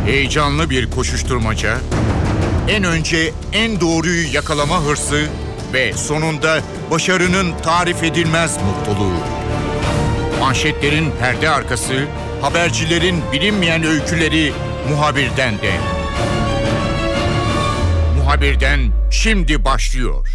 Heyecanlı bir koşuşturmaca, en önce en doğruyu yakalama hırsı ve sonunda başarının tarif edilmez mutluluğu. Manşetlerin perde arkası, habercilerin bilinmeyen öyküleri Muhabir'den de. Muhabir'den şimdi başlıyor.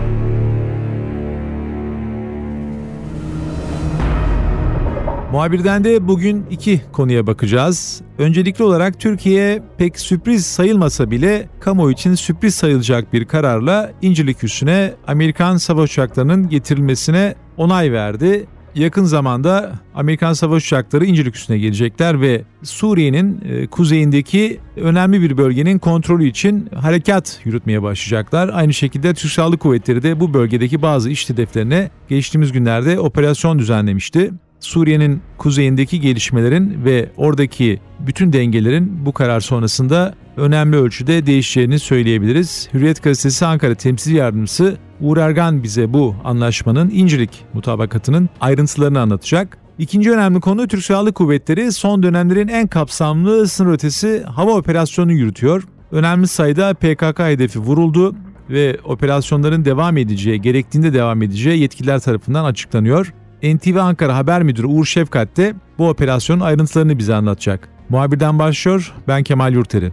Muhabir'den de bugün iki konuya bakacağız. Öncelikli olarak Türkiye pek sürpriz sayılmasa bile kamuoyu için sürpriz sayılacak bir kararla İncirlik üssüne Amerikan savaş uçaklarının getirilmesine onay verdi. Yakın zamanda Amerikan savaş uçakları İncirlik üssüne gelecekler ve Suriye'nin kuzeyindeki önemli bir bölgenin kontrolü için harekat yürütmeye başlayacaklar. Aynı şekilde Türk Silahlı Kuvvetleri de bu bölgedeki bazı iş hedeflerine geçtiğimiz günlerde operasyon düzenlemişti. Suriye'nin kuzeyindeki gelişmelerin ve oradaki bütün dengelerin bu karar sonrasında önemli ölçüde değişeceğini söyleyebiliriz. Hürriyet Gazetesi Ankara Temsilci Yardımcısı Uğur Ergan bize bu anlaşmanın İncirlik mutabakatının ayrıntılarını anlatacak. İkinci önemli konu, Türk Silahlı Kuvvetleri son dönemlerin en kapsamlı sınır ötesi hava operasyonu yürütüyor. Önemli sayıda PKK hedefi vuruldu ve operasyonların devam edeceği, gerektiğinde devam edeceği yetkililer tarafından açıklanıyor. NTV Ankara Haber Müdürü Uğur Şefkat de bu operasyonun ayrıntılarını bize anlatacak. Muhabirden başlıyor, ben Kemal Yurteri.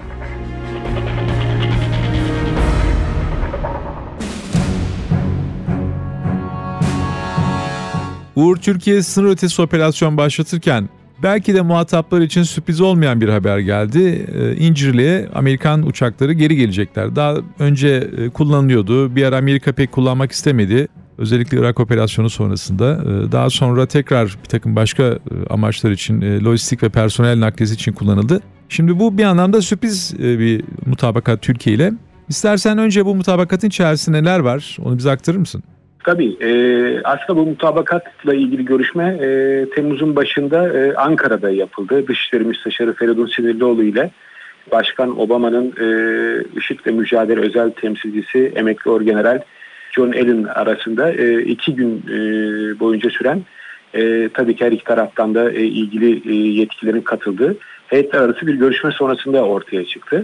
Uğur, Türkiye sınır ötesi operasyon başlatırken belki de muhataplar için sürpriz olmayan bir haber geldi. İncirli'ye Amerikan uçakları geri gelecekler. Daha önce kullanılıyordu. Bir ara Amerika pek kullanmak istemedi. Özellikle Irak operasyonu sonrasında. Daha sonra tekrar bir takım başka amaçlar için, lojistik ve personel nakliyesi için kullanıldı. Şimdi bu bir anlamda sürpriz bir mutabakat Türkiye ile. İstersen önce bu mutabakatın içerisinde neler var? Onu bize aktarır mısın? Tabii. Aslında bu mutabakatla ilgili görüşme Temmuz'un başında Ankara'da yapıldı. Dışişleri Müsteşarı Feridun Sinirlioğlu ile Başkan Obama'nın IŞİD'le mücadele özel temsilcisi emekli orgeneral John Allen arasında 2 gün boyunca süren, tabii ki her iki taraftan da ilgili yetkililerin katıldığı heyetler arası bir görüşme sonrasında ortaya çıktı.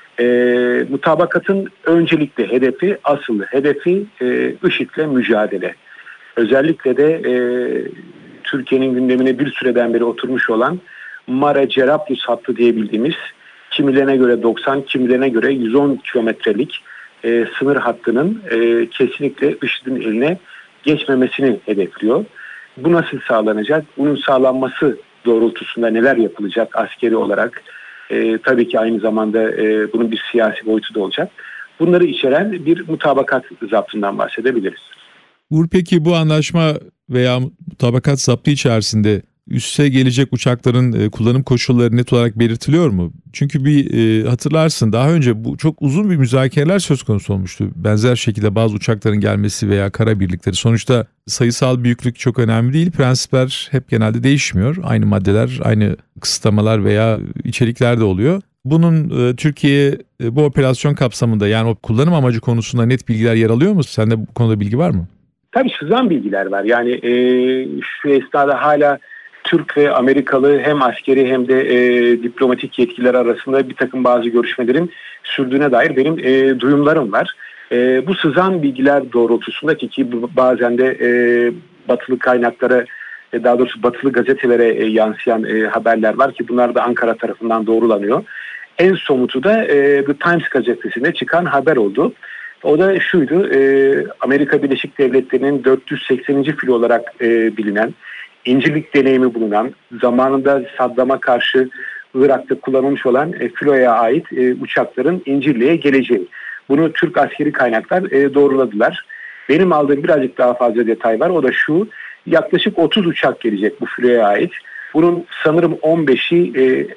Mutabakatın öncelikli hedefi, asıl hedefi IŞİD'le mücadele. Özellikle de Türkiye'nin gündemine bir süreden beri oturmuş olan Mare-Cerablus hattı diyebildiğimiz, kimilerine göre 90, kimilerine göre 110 kilometrelik sınır hattının kesinlikle IŞİD'in eline geçmemesini hedefliyor. Bu nasıl sağlanacak? Bunun sağlanması doğrultusunda neler yapılacak askeri olarak? Tabii ki aynı zamanda bunun bir siyasi boyutu da olacak. Bunları içeren bir mutabakat zaptından bahsedebiliriz. Uğur, peki bu anlaşma veya mutabakat zaptı içerisinde üsse gelecek uçakların kullanım koşulları net olarak belirtiliyor mu? Çünkü hatırlarsın daha önce bu çok uzun bir müzakereler söz konusu olmuştu. Benzer şekilde bazı uçakların gelmesi veya kara birlikleri. Sonuçta sayısal büyüklük çok önemli değil. Prensipler hep genelde değişmiyor. Aynı maddeler, aynı kısıtlamalar veya içerikler de oluyor. Bunun Türkiye bu operasyon kapsamında, yani o kullanım amacı konusunda net bilgiler yer alıyor mu? Sende bu konuda bilgi var mı? Tabii sızan bilgiler var. Yani şu esnada hala Türk ve Amerikalı hem askeri hem de diplomatik yetkililer arasında bir takım bazı görüşmelerin sürdüğüne dair benim duyumlarım var. Bu sızan bilgiler doğrultusunda ki bazen de batılı kaynaklara, daha doğrusu batılı gazetelere yansıyan haberler var ki bunlar da Ankara tarafından doğrulanıyor. En somutu da The Times gazetesinde çıkan haber oldu. O da şuydu: Amerika Birleşik Devletleri'nin 480. filo olarak bilinen, İncirlik deneyimi bulunan, zamanında Saddam'a karşı Irak'ta kullanılmış olan filoya ait uçakların İncirli'ye geleceği. Bunu Türk askeri kaynaklar doğruladılar. Benim aldığım birazcık daha fazla detay var. O da şu: yaklaşık 30 uçak gelecek bu filoya ait. Bunun sanırım 15'i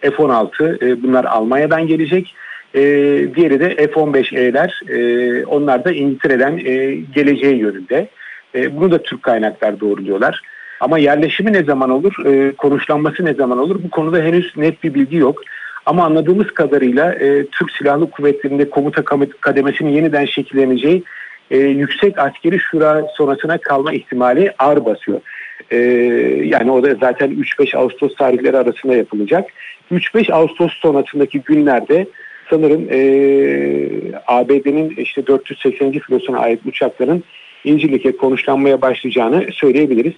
F-16, bunlar Almanya'dan gelecek. Diğeri de F-15E'ler, onlar da İngiltere'den geleceği yönünde. Bunu da Türk kaynaklar doğruluyorlar. Ama yerleşimi ne zaman olur, konuşlanması ne zaman olur, bu konuda henüz net bir bilgi yok. Ama anladığımız kadarıyla Türk Silahlı Kuvvetleri'nde komuta kademesinin yeniden şekilleneceği Yüksek Askeri Şura sonrasına kalma ihtimali ağır basıyor. Yani o da zaten 3-5 Ağustos tarihleri arasında yapılacak. 3-5 Ağustos sonrasındaki günlerde sanırım ABD'nin işte 480. filosuna ait uçakların İncirlik'e konuşlanmaya başlayacağını söyleyebiliriz.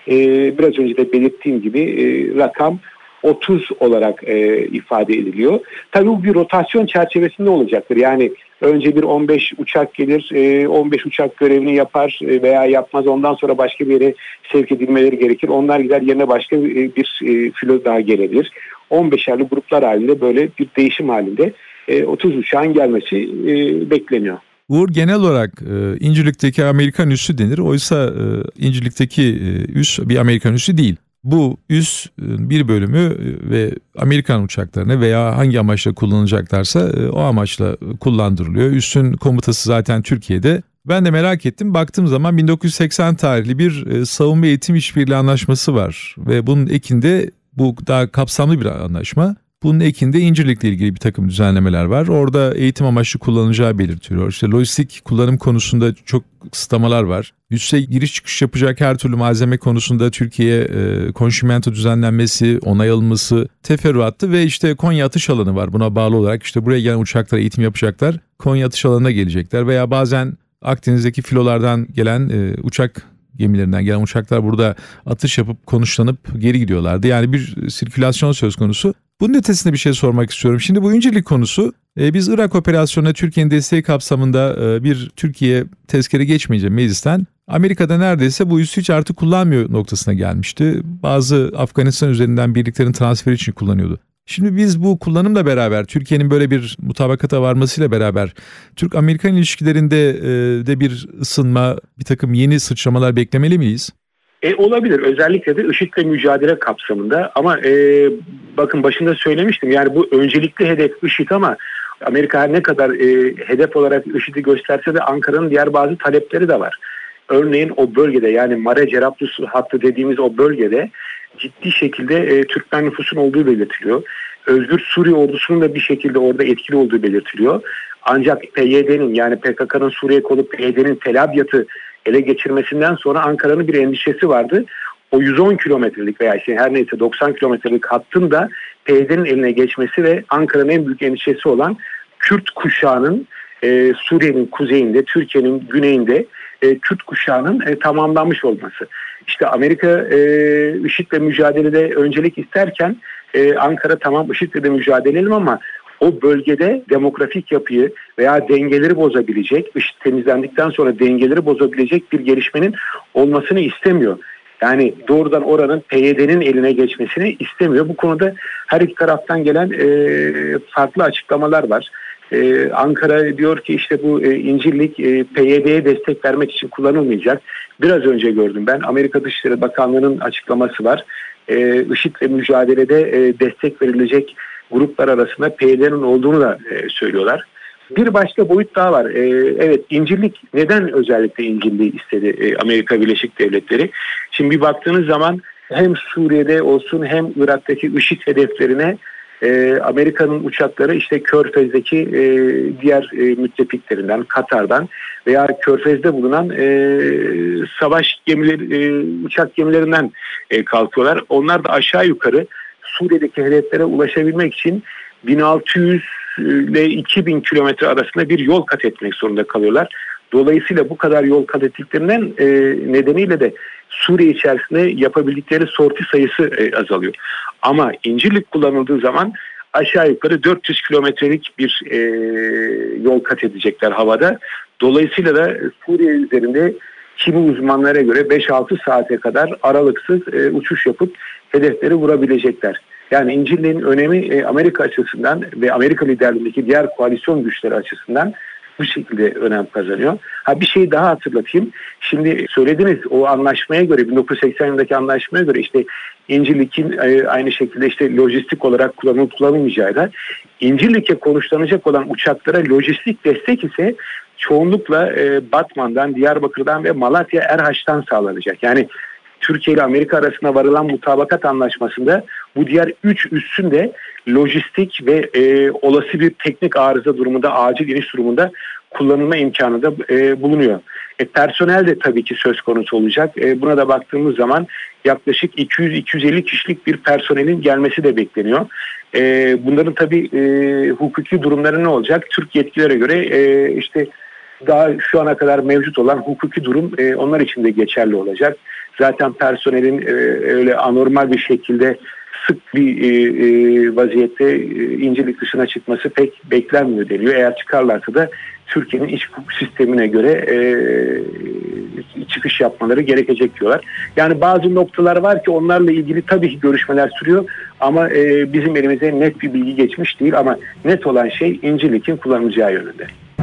Biraz önce de belirttiğim gibi rakam 30 olarak ifade ediliyor. Tabii bu bir rotasyon çerçevesinde olacaktır. Yani önce bir 15 uçak gelir, 15 uçak görevini yapar veya yapmaz. Ondan sonra başka bir yere sevk edilmeleri gerekir. Onlar gider, yerine başka bir filo daha gelebilir. 15'erli gruplar halinde, böyle bir değişim halinde 30 uçağın gelmesi bekleniyor. Uğur, genel olarak İncirlik'teki Amerikan üssü denir. Oysa İncirlik'teki üs bir Amerikan üssü değil. Bu üs bir bölümü ve Amerikan uçaklarına veya hangi amaçla kullanılacaklarsa o amaçla kullandırılıyor. Üssün komutası zaten Türkiye'de. Ben de merak ettim. Baktığım zaman 1980 tarihli bir savunma eğitim işbirliği anlaşması var. Ve bunun ekinde, bu daha kapsamlı bir anlaşma. Bunun ekinde İncirlik'le ilgili bir takım düzenlemeler var. Orada eğitim amaçlı kullanılacağı belirtiliyor. İşte lojistik kullanım konusunda çok kısıtlamalar var. Üsse giriş çıkış yapacak her türlü malzeme konusunda Türkiye'ye konşimento düzenlenmesi, onay alınması teferruattı ve işte Konya atış alanı var. Buna bağlı olarak işte buraya gelen uçaklara eğitim yapacaklar. Konya atış alanına gelecekler veya bazen Akdeniz'deki filolardan gelen uçak gemilerinden gelen uçaklar burada atış yapıp konuşlanıp geri gidiyorlardı. Yani bir sirkülasyon söz konusu. Bunun ötesinde bir şey sormak istiyorum. Şimdi bu İncirlik konusu, biz Irak operasyonuna Türkiye'nin desteği kapsamında bir Türkiye tezkere geçmeyince meclisten Amerika'da neredeyse bu üssü hiç artık kullanmıyor noktasına gelmişti. Bazı Afganistan üzerinden birliklerin transferi için kullanıyordu. Şimdi biz bu kullanımla beraber, Türkiye'nin böyle bir mutabakata varmasıyla beraber Türk-Amerikan ilişkilerinde de bir ısınma, bir takım yeni sıçramalar beklemeli miyiz? Olabilir. Özellikle de IŞİD'le mücadele kapsamında. Ama bakın, başında söylemiştim. Yani bu öncelikli hedef IŞİD, ama Amerika her ne kadar hedef olarak IŞİD'i gösterse de Ankara'nın diğer bazı talepleri de var. Örneğin o bölgede, yani Mare-Cerablus hattı dediğimiz o bölgede ciddi şekilde Türkmen nüfusun olduğu belirtiliyor. Özgür Suriye ordusunun da bir şekilde orada etkili olduğu belirtiliyor. Ancak PYD'nin, yani PKK'nın Suriye kolu PYD'nin Tel Abyad'ı ele geçirmesinden sonra Ankara'nın bir endişesi vardı. O 110 kilometrelik veya işte her neyse 90 kilometrelik hattın da PYD'nin eline geçmesi ve Ankara'nın en büyük endişesi olan Kürt kuşağının Suriye'nin kuzeyinde, Türkiye'nin güneyinde Kürt kuşağının tamamlanmış olması. İşte Amerika IŞİD'le mücadelede öncelik isterken Ankara tamam IŞİD'le de mücadele edelim ama o bölgede demografik yapıyı veya dengeleri bozabilecek, IŞİD temizlendikten sonra dengeleri bozabilecek bir gelişmenin olmasını istemiyor. Yani doğrudan oranın PYD'nin eline geçmesini istemiyor. Bu konuda her iki taraftan gelen farklı açıklamalar var. Ankara diyor ki işte bu İncirlik PYD'ye destek vermek için kullanılmayacak. Biraz önce gördüm ben, Amerika Dışişleri Bakanlığı'nın açıklaması var. IŞİD'le mücadelede destek verilecek gruplar arasında PYD'nin olduğunu da söylüyorlar. Bir başka boyut daha var. Evet, İncirlik, neden özellikle İncirlik'i istedi Amerika Birleşik Devletleri? Şimdi bir baktığınız zaman hem Suriye'de olsun hem Irak'taki IŞİD hedeflerine Amerika'nın uçakları işte Körfez'deki diğer müttefiklerinden, Katar'dan veya Körfez'de bulunan savaş gemileri, uçak gemilerinden kalkıyorlar. Onlar da aşağı yukarı Suriye'deki hedeflere ulaşabilmek için 1600 ile 2000 kilometre arasında bir yol kat etmek zorunda kalıyorlar. Dolayısıyla bu kadar yol kat ettiklerinden nedeniyle de Suriye içerisinde yapabildikleri sorti sayısı azalıyor. Ama İncirlik kullanıldığı zaman aşağı yukarı 400 kilometrelik bir yol kat edecekler havada. Dolayısıyla da Suriye üzerinde kimi uzmanlara göre 5-6 saate kadar aralıksız uçuş yapıp hedefleri vurabilecekler. Yani İncirlik'in önemi Amerika açısından ve Amerika liderliğindeki diğer koalisyon güçleri açısından bu şekilde önem kazanıyor. Bir şey daha hatırlatayım. Şimdi söylediniz, o anlaşmaya göre, 1980 yılındaki anlaşmaya göre işte İncirlik'in aynı şekilde işte lojistik olarak kullanılmayacağı da, İncirlik'e konuşlanacak olan uçaklara lojistik destek ise çoğunlukla Batman'dan, Diyarbakır'dan ve Malatya Erhaç'tan sağlanacak. Yani Türkiye ile Amerika arasında varılan mutabakat anlaşmasında bu diğer 3 üssün de lojistik ve olası bir teknik arıza durumunda, acil iniş durumunda kullanılma imkanı da bulunuyor. Personel de tabii ki söz konusu olacak. Buna da baktığımız zaman yaklaşık 200-250 kişilik bir personelin gelmesi de bekleniyor. Bunların tabii hukuki durumları ne olacak? Türk yetkililere göre işte daha şu ana kadar mevcut olan hukuki durum onlar için de geçerli olacak. Zaten personelin öyle anormal bir şekilde sık bir vaziyette İncirlik dışına çıkması pek beklenmiyor deniyor. Eğer çıkarlarsa da Türkiye'nin iç hukuk sistemine göre çıkış yapmaları gerekecek diyorlar. Yani bazı noktalar var ki onlarla ilgili tabii ki görüşmeler sürüyor ama bizim elimize net bir bilgi geçmiş değil ama net olan şey İncirlik'in kullanılacağı yönünde.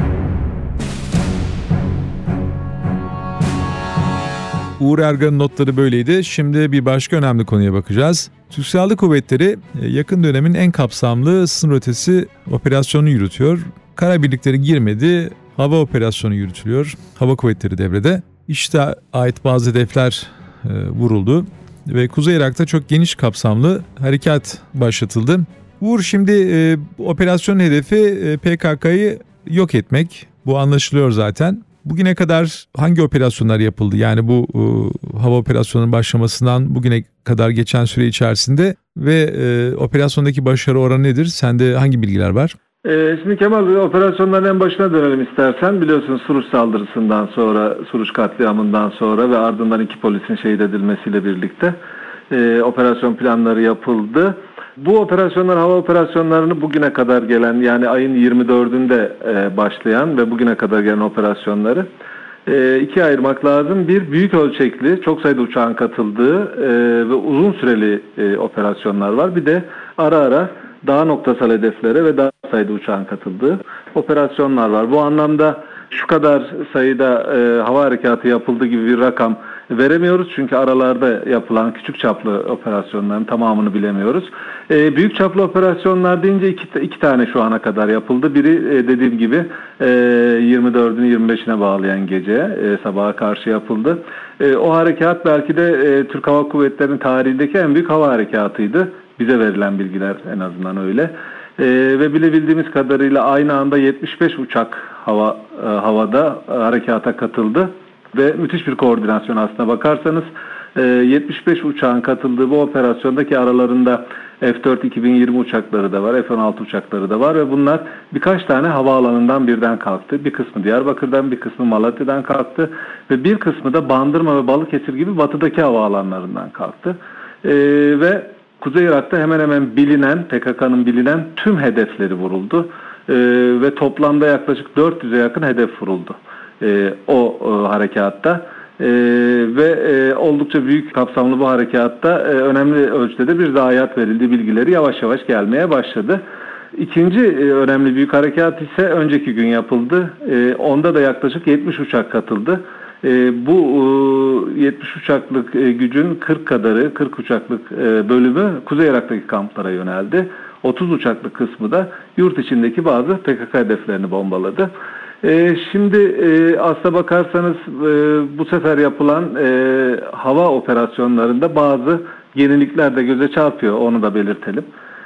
Uğur Ergan'ın notları böyleydi. Şimdi bir başka önemli konuya bakacağız. Türk Silahlı Kuvvetleri yakın dönemin en kapsamlı sınır ötesi operasyonu yürütüyor. Kara birlikleri girmedi, hava operasyonu yürütülüyor. Hava kuvvetleri devrede. İşte ait bazı hedefler vuruldu ve Kuzey Irak'ta çok geniş kapsamlı harekat başlatıldı. Uğur, şimdi operasyonun hedefi PKK'yı yok etmek. Bu anlaşılıyor zaten. Bugüne kadar hangi operasyonlar yapıldı? Yani bu hava operasyonunun başlamasından bugüne kadar geçen süre içerisinde ve operasyondaki başarı oranı nedir? Sende hangi bilgiler var? Şimdi Kemal, operasyonların en başına dönelim istersen. Biliyorsun Suruç saldırısından sonra, Suruç katliamından sonra ve ardından 2 polisin şehit edilmesiyle birlikte operasyon planları yapıldı. Bu operasyonlar, hava operasyonlarını bugüne kadar gelen, yani ayın 24'ünde başlayan ve bugüne kadar gelen operasyonları ikiye ayırmak lazım. Bir, büyük ölçekli, çok sayıda uçağın katıldığı ve uzun süreli operasyonlar var. Bir de ara ara daha noktasal hedeflere ve daha sayıda uçağın katıldığı operasyonlar var. Bu anlamda şu kadar sayıda hava harekatı yapıldı gibi bir rakam veremiyoruz. Çünkü aralarda yapılan küçük çaplı operasyonların tamamını bilemiyoruz. Büyük çaplı operasyonlar deyince iki tane şu ana kadar yapıldı. Biri dediğim gibi 24'ünü 25'ine bağlayan gece sabaha karşı yapıldı. O harekat belki de Türk Hava Kuvvetleri'nin tarihindeki en büyük hava harekatıydı. Bize verilen bilgiler en azından öyle. Ve bilebildiğimiz kadarıyla aynı anda 75 uçak havada harekata katıldı. Ve müthiş bir koordinasyon aslına bakarsanız 75 uçağın katıldığı bu operasyondaki aralarında F-4 2020 uçakları da var, F-16 uçakları da var ve bunlar birkaç tane havaalanından birden kalktı. Bir kısmı Diyarbakır'dan, bir kısmı Malatya'dan kalktı ve bir kısmı da Bandırma ve Balıkesir gibi batıdaki havaalanlarından kalktı. Ve Kuzey Irak'ta hemen hemen bilinen, PKK'nın bilinen tüm hedefleri vuruldu ve toplamda yaklaşık 400'e yakın hedef vuruldu o harekatta. Ve oldukça büyük kapsamlı bu harekatta önemli ölçüde bir zayiat verildi, bilgileri yavaş yavaş gelmeye başladı. İkinci önemli büyük harekat ise önceki gün yapıldı. Onda da yaklaşık 70 uçak katıldı. Bu 70 uçaklık gücün 40 uçaklık bölümü Kuzey Irak'taki kamplara yöneldi. 30 uçaklık kısmı da yurt içindeki bazı PKK hedeflerini bombaladı. Şimdi aslına bakarsanız bu sefer yapılan hava operasyonlarında bazı yenilikler de göze çarpıyor, onu da belirtelim.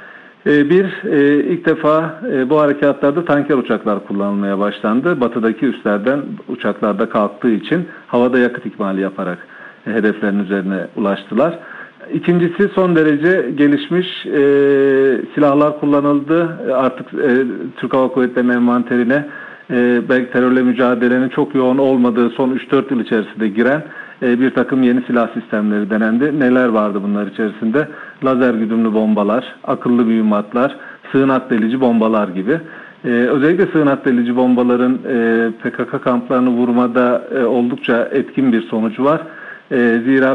İlk defa bu harekatlarda tanker uçaklar kullanılmaya başlandı. Batıdaki üslerden uçaklarda kalktığı için havada yakıt ikmali yaparak hedeflerin üzerine ulaştılar. İkincisi, son derece gelişmiş silahlar kullanıldı. Artık Türk Hava Kuvvetleri'nin envanterine belki terörle mücadelenin çok yoğun olmadığı son 3-4 yıl içerisinde giren bir takım yeni silah sistemleri denendi. Neler vardı bunlar içerisinde? Lazer güdümlü bombalar, akıllı mühimmatlar, sığınak delici bombalar gibi. Özellikle sığınak delici bombaların PKK kamplarını vurmada oldukça etkin bir sonucu var. Zira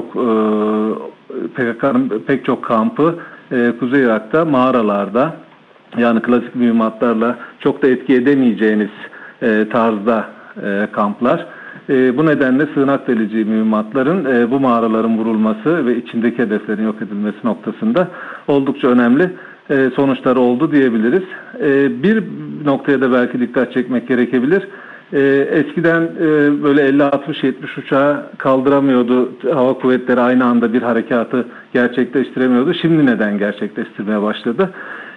PKK'nın pek çok kampı Kuzey Irak'ta mağaralarda, yani klasik mühimmatlarla çok da etki edemeyeceğiniz tarzda kamplar. Bu nedenle sığınak delici mühimmatların bu mağaraların vurulması ve içindeki hedeflerin yok edilmesi noktasında oldukça önemli sonuçları oldu diyebiliriz. Bir noktaya da belki dikkat çekmek gerekebilir. Eskiden böyle 50-60-70 uçağı kaldıramıyordu. Hava kuvvetleri aynı anda bir harekatı gerçekleştiremiyordu. Şimdi neden gerçekleştirmeye başladı?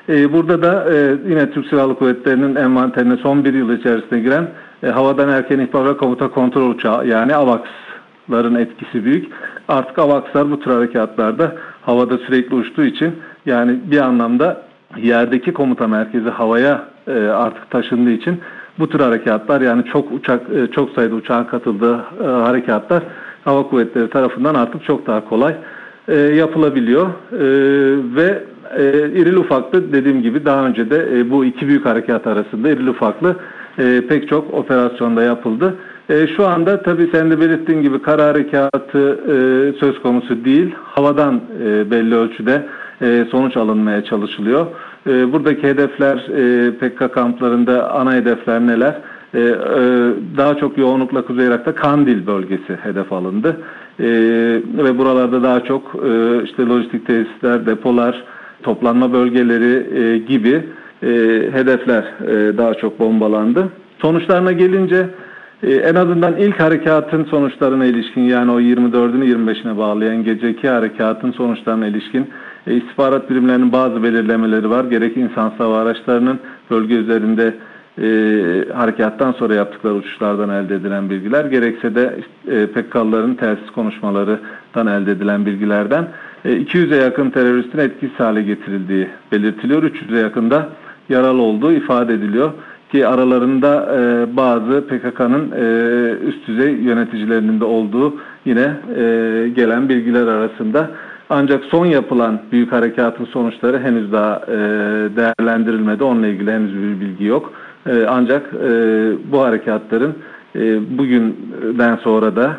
Burada da yine Türk Silahlı Kuvvetleri'nin envanterine son bir yıl içerisinde giren havadan erken ihbar ve komuta kontrol uçağı, yani AWACS'ların etkisi büyük. Artık AWACS'lar bu tür harekatlarda havada sürekli uçtuğu için, yani bir anlamda yerdeki komuta merkezi havaya artık taşındığı için bu tür harekatlar, yani çok sayıda uçağın katıldığı harekatlar hava kuvvetleri tarafından artık çok daha kolay yapılabiliyor. Ve irili ufaklı, dediğim gibi daha önce de bu iki büyük harekat arasında irili ufaklı pek çok operasyonda yapıldı. Şu anda tabii sen de belirttiğin gibi kara harekatı söz konusu değil. Havadan belli ölçüde sonuç alınmaya çalışılıyor. Buradaki hedefler, PKK kamplarında ana hedefler neler? Daha çok yoğunlukla Kuzey Irak'ta Kandil bölgesi hedef alındı. Ve buralarda daha çok işte lojistik tesisler, depolar, toplanma bölgeleri gibi hedefler daha çok bombalandı. Sonuçlarına gelince en azından ilk harekatın sonuçlarına ilişkin, yani o 24'ünü 25'ine bağlayan geceki harekatın sonuçlarına ilişkin istihbarat birimlerinin bazı belirlemeleri var. Gerek insan hava araçlarının bölge üzerinde harekattan sonra yaptıkları uçuşlardan elde edilen bilgiler, gerekse de PKK'lıların telsiz konuşmalarından elde edilen bilgilerden 200'e yakın teröristin etkisiz hale getirildiği belirtiliyor. 300'e yakında yaralı olduğu ifade ediliyor. Ki aralarında bazı PKK'nın üst düzey yöneticilerinin de olduğu yine gelen bilgiler arasında. Ancak son yapılan büyük harekatın sonuçları henüz daha değerlendirilmedi. Onunla ilgili henüz bir bilgi yok. Ancak bu harekatların bugünden sonra da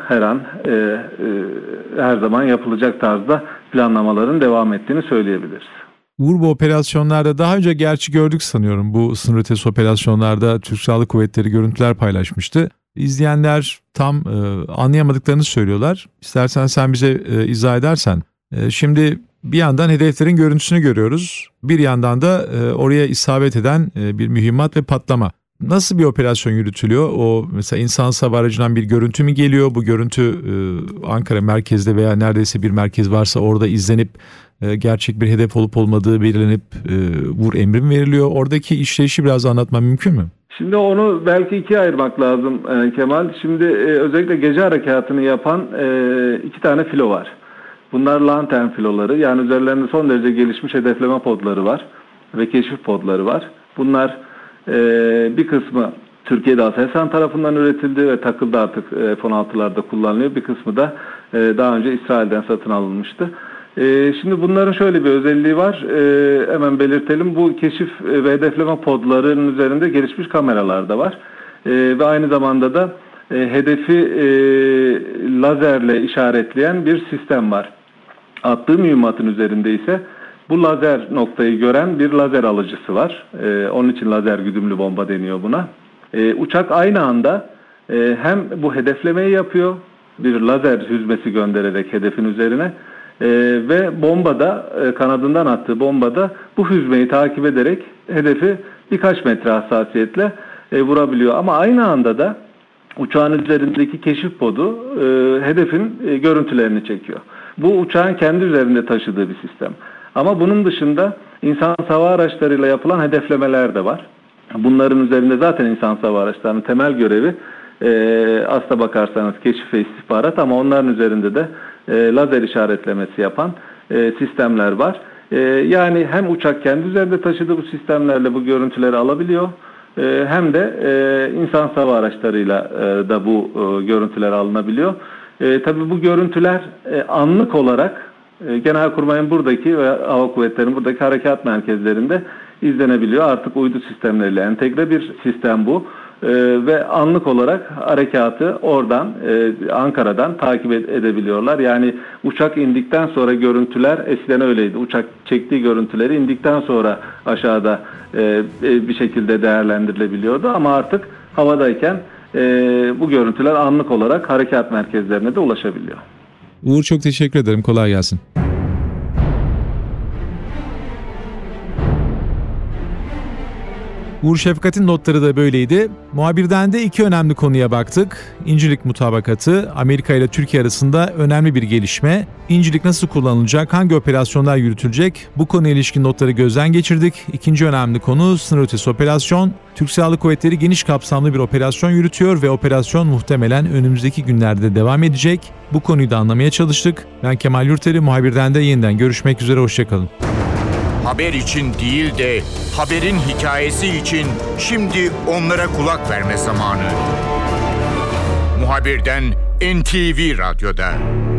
her zaman yapılacak tarzda planlamaların devam ettiğini söyleyebiliriz. Uğur, bu operasyonlarda daha önce gerçi gördük sanıyorum, bu sınır ötesi operasyonlarda Türk Silahlı Kuvvetleri görüntüler paylaşmıştı. İzleyenler tam anlayamadıklarını söylüyorlar. İstersen sen bize izah edersen. Şimdi bir yandan hedeflerin görüntüsünü görüyoruz. Bir yandan da oraya isabet eden bir mühimmat ve patlama. Nasıl bir operasyon yürütülüyor? O mesela insan hava aracından bir görüntü mü geliyor? Bu görüntü Ankara merkezde veya neredeyse bir merkez varsa orada izlenip gerçek bir hedef olup olmadığı belirlenip vur emri mi veriliyor? Oradaki işleyişi biraz anlatmam mümkün mü? Şimdi onu belki ikiye ayırmak lazım Kemal. Şimdi özellikle gece harekatını yapan iki tane filo var. Bunlar lantern filoları, yani üzerlerinde son derece gelişmiş hedefleme podları var ve keşif podları var. Bunlar bir kısmı Türkiye'de Aselsan tarafından üretildi ve takıldı, artık F-16'larda kullanılıyor. Bir kısmı da daha önce İsrail'den satın alınmıştı. Şimdi bunların şöyle bir özelliği var. Hemen belirtelim. Bu keşif ve hedefleme podlarının üzerinde gelişmiş kameralar da var. Ve aynı zamanda da hedefi lazerle işaretleyen bir sistem var. Attığı mühimmatın üzerinde ise bu lazer noktayı gören bir lazer alıcısı var. Onun için lazer güdümlü bomba deniyor buna. Uçak aynı anda hem bu hedeflemeyi yapıyor, bir lazer hüzmesi göndererek hedefin üzerine ve bombada, kanadından attığı bombada bu hüzmeyi takip ederek hedefi birkaç metre hassasiyetle vurabiliyor. Ama aynı anda da uçağın üzerindeki keşif podu hedefin görüntülerini çekiyor. Bu uçağın kendi üzerinde taşıdığı bir sistem. Ama bunun dışında insan hava araçlarıyla yapılan hedeflemeler de var. Bunların üzerinde zaten insan hava araçlarının temel görevi aslına bakarsanız keşif ve istihbarat, ama onların üzerinde de lazer işaretlemesi yapan sistemler var. Yani hem uçak kendi üzerinde taşıdığı bu sistemlerle bu görüntüleri alabiliyor, hem de insan hava araçlarıyla da bu görüntüler alınabiliyor. Tabii bu görüntüler anlık olarak Genelkurmay'ın buradaki ve Hava Kuvvetleri'nin buradaki harekat merkezlerinde izlenebiliyor. Artık uydu sistemleriyle entegre bir sistem bu. Ve anlık olarak harekatı oradan, Ankara'dan takip edebiliyorlar. Yani uçak indikten sonra görüntüler, eskiden öyleydi. Uçak çektiği görüntüleri indikten sonra aşağıda bir şekilde değerlendirilebiliyordu. Ama artık havadayken bu görüntüler anlık olarak harekat merkezlerine de ulaşabiliyor. Uğur, çok teşekkür ederim. Kolay gelsin. Uğur Şefkat'in notları da böyleydi. Muhabirden de 2 önemli konuya baktık. İncirlik mutabakatı, Amerika ile Türkiye arasında önemli bir gelişme. İncirlik nasıl kullanılacak, hangi operasyonlar yürütülecek? Bu konuya ilişkin notları gözden geçirdik. 2. önemli konu sınır ötesi operasyon. Türk Silahlı Kuvvetleri geniş kapsamlı bir operasyon yürütüyor ve operasyon muhtemelen önümüzdeki günlerde devam edecek. Bu konuyu da anlamaya çalıştık. Ben Kemal Yurteri, muhabirden de yeniden görüşmek üzere, hoşçakalın. Haber için değil de haberin hikayesi için şimdi onlara kulak verme zamanı. Muhabirden NTV Radyo'da.